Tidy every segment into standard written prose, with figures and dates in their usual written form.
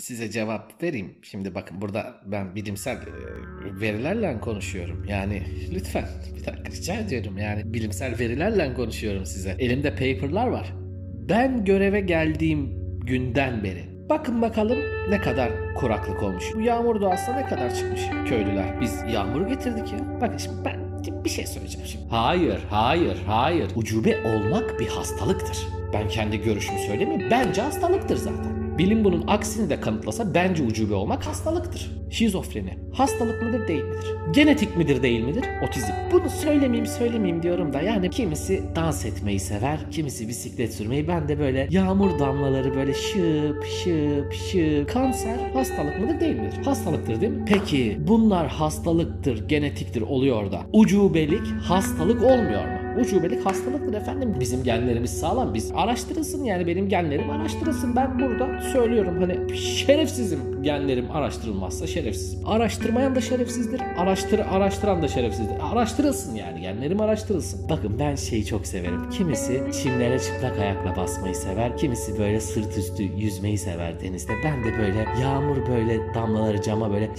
size cevap vereyim. Şimdi bakın burada ben bilimsel verilerle konuşuyorum. Yani lütfen bir dakika rica ediyorum. Yani bilimsel verilerle konuşuyorum size. Elimde paper'lar var. Ben göreve geldiğim günden beri bakın bakalım ne kadar kuraklık olmuş. Bu yağmur doğası ne kadar çıkmış köylüler. Biz yağmuru getirdik ya. Bakın şimdi ben bir şey söyleyeceğim şimdi. Hayır. Ucube olmak bir hastalıktır. Ben kendi görüşümü söylemeyeyim. Bence hastalıktır zaten. Bilim bunun aksini de kanıtlasa bence ucube olmak hastalıktır. Şizofreni hastalık mıdır değil midir? Genetik midir değil midir? Otizm. Bunu söylemeyeyim diyorum da yani kimisi dans etmeyi sever, kimisi bisiklet sürmeyi. Ben de böyle yağmur damlaları böyle şıp. Kanser hastalık mıdır değil midir? Hastalıktır değil mi? Peki bunlar hastalıktır, genetiktir oluyor da ucubelik hastalık olmuyor mu? Ucubelik hastalıktır efendim. Bizim genlerimiz sağlam. Biz araştırılsın yani benim genlerim araştırılsın. Ben burada söylüyorum hani şerefsizim genlerim araştırılmazsa şerefsizim. Araştırmayan da şerefsizdir. Araştıran da şerefsizdir. Araştırılsın yani genlerim araştırılsın. Bakın ben şeyi çok severim. Kimisi çimlere çıplak ayakla basmayı sever. Kimisi böyle sırt üstü yüzmeyi sever denizde. Ben de böyle yağmur böyle damlaları cama böyle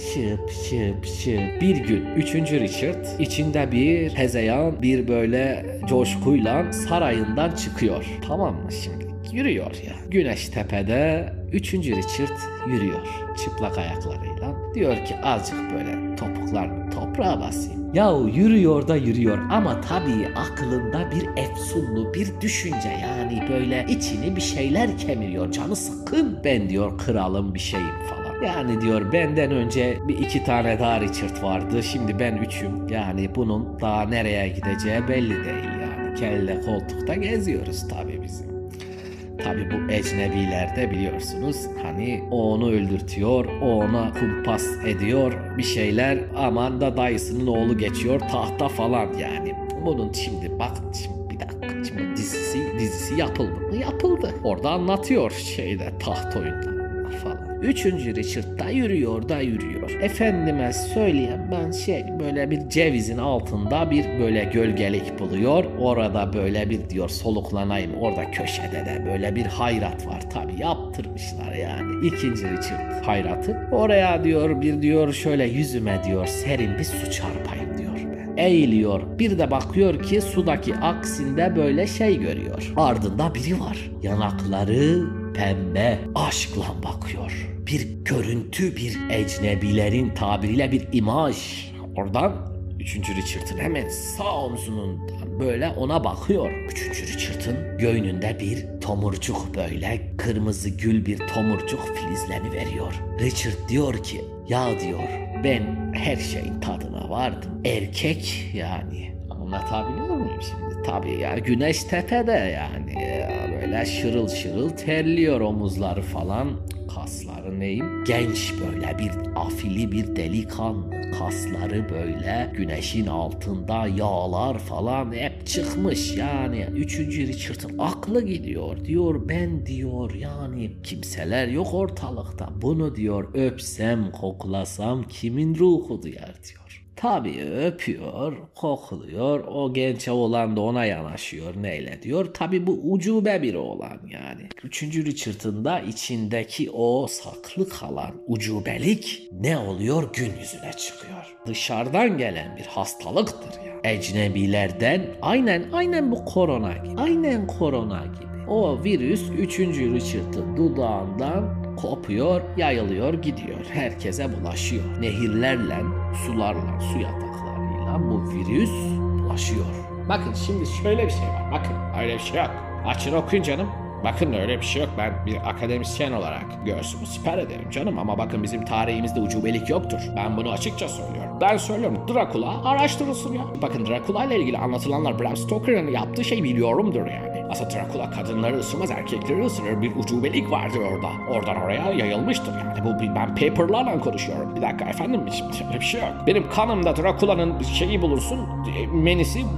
şıp. Bir gün 3. Richard içinde bir hezeyan bir böyle coşkuyla sarayından çıkıyor. Tamam mı şimdi? Yürüyor ya. Güneş tepede 3. Richard yürüyor. Çıplak ayaklarıyla. Diyor ki azıcık böyle topuklarını toprağa basayım. Yahu yürüyor ama tabii aklında bir efsunlu bir düşünce yani böyle içini bir şeyler kemiriyor. Canı sıkkın. Ben diyor kralım bir şeyim falan. Yani diyor benden önce bir 2 tane daha Richard vardı. Şimdi ben 3'üm. Yani bunun daha nereye gideceği belli değil yani. Kelle koltukta geziyoruz tabii bizim. Tabii bu ecnebilerde biliyorsunuz hani o onu öldürtüyor, o ona kumpas ediyor bir şeyler. Aman da dayısının oğlu geçiyor tahta falan yani. Bunun şimdi bak şimdi bir dakika şimdi dizisi yapıldı mı? Yapıldı. Orada anlatıyor şeyde taht oyunlarında falan. 3. Richard da yürüyor. Efendime söyleyeyim ben böyle bir cevizin altında bir böyle gölgelik buluyor. Orada böyle bir diyor soluklanayım. Orada köşede de böyle bir hayrat var. Tabii yaptırmışlar yani. 2. Richard hayratı. Oraya diyor şöyle yüzüme diyor serin bir su çarpayım diyor. Eğiliyor. Bir de bakıyor ki sudaki aksinde böyle görüyor. Ardında biri var. Yanakları pembe aşkla bakıyor. Bir görüntü, bir ecnebilerin tabiriyle bir imaj. Oradan 3. Richard'ın hemen sağ omzundan böyle ona bakıyor. 3. Richard'ın göğnünde bir tomurcuk böyle kırmızı gül bir tomurcuk filizleniveriyor. Richard diyor ki ya diyor ben her şeyin tadına vardım. Erkek yani. Anlatabiliyor muyum şimdi? Tabii ya güneş tepede yani. Böyle şırıl terliyor omuzları falan. Kasları neyim? Genç böyle bir afili bir delikanlı. Kasları böyle güneşin altında yağlar falan hep çıkmış yani. 3. Richard'ın aklı gidiyor. Diyor ben diyor yani kimseler yok ortalıkta. Bunu diyor öpsem koklasam kimin ruhu duyar diyor. Tabii öpüyor, kokluyor. O genç oğlan da ona yanaşıyor. Neyle diyor? Tabii bu ucube bir oğlan yani. 3. Richard'ın da içindeki o saklı kalan ucubelik ne oluyor? Gün yüzüne çıkıyor. Dışarıdan gelen bir hastalıktır ya. Ecnebilerden aynen bu korona gibi. Aynen korona gibi. O virüs 3. Richard'ın dudağından kopuyor, yayılıyor, gidiyor. Herkese bulaşıyor. Nehirlerle, sularla, su yataklarıyla bu virüs bulaşıyor. Bakın şimdi şöyle bir şey var. Bakın öyle bir şey yok. Açın okuyun canım. Bakın öyle bir şey yok. Ben bir akademisyen olarak göğsümü siper ederim canım. Ama bakın bizim tarihimizde ucubelik yoktur. Ben bunu açıkça söylüyorum. Ben söylüyorum Dracula araştırılsın ya. Bakın Dracula ile ilgili anlatılanlar Bram Stoker'ın yaptığı şey biliyorumdur yani. Aslında Dracula kadınları ısırmaz erkekleri ısırır. Bir ucubelik vardır orada. Oradan oraya yayılmıştır yani. Ben paperlarla konuşuyorum. Bir dakika efendim şimdi öyle bir şey yok. Benim kanımda Dracula'nın şeyi bulursun. Menisi bakın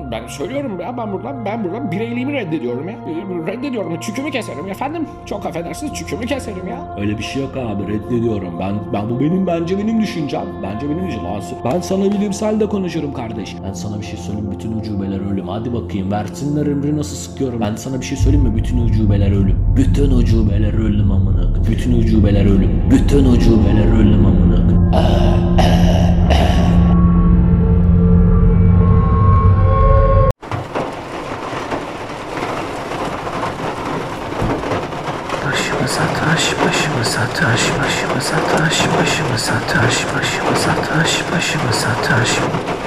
Ben söylüyorum ya, ben buradan bireyliğimi reddediyorum ya. Reddediyorum. Çükümü keserim efendim. Çok affedersiniz, çükümü keserim ya. Öyle bir şey yok abi, reddediyorum. Bu benim düşüncem. Bence benim düşüncem. Ben sana bilimsel de konuşurum kardeş. Ben sana bir şey söyleyeyim, bütün ucubeler ölüm. Hadi bakayım, versinler emri nasıl sıkıyorum. Ben sana bir şey söyleyeyim mi? Bütün ucubeler ölüm. Bütün ucubeler ölüm amına. Bütün ucubeler ölüm. Bütün ucubeler ölüm amına. Başımıza taş, başımıza taş, başımıza taş, başımıza taş, başımıza taş, başımıza taş.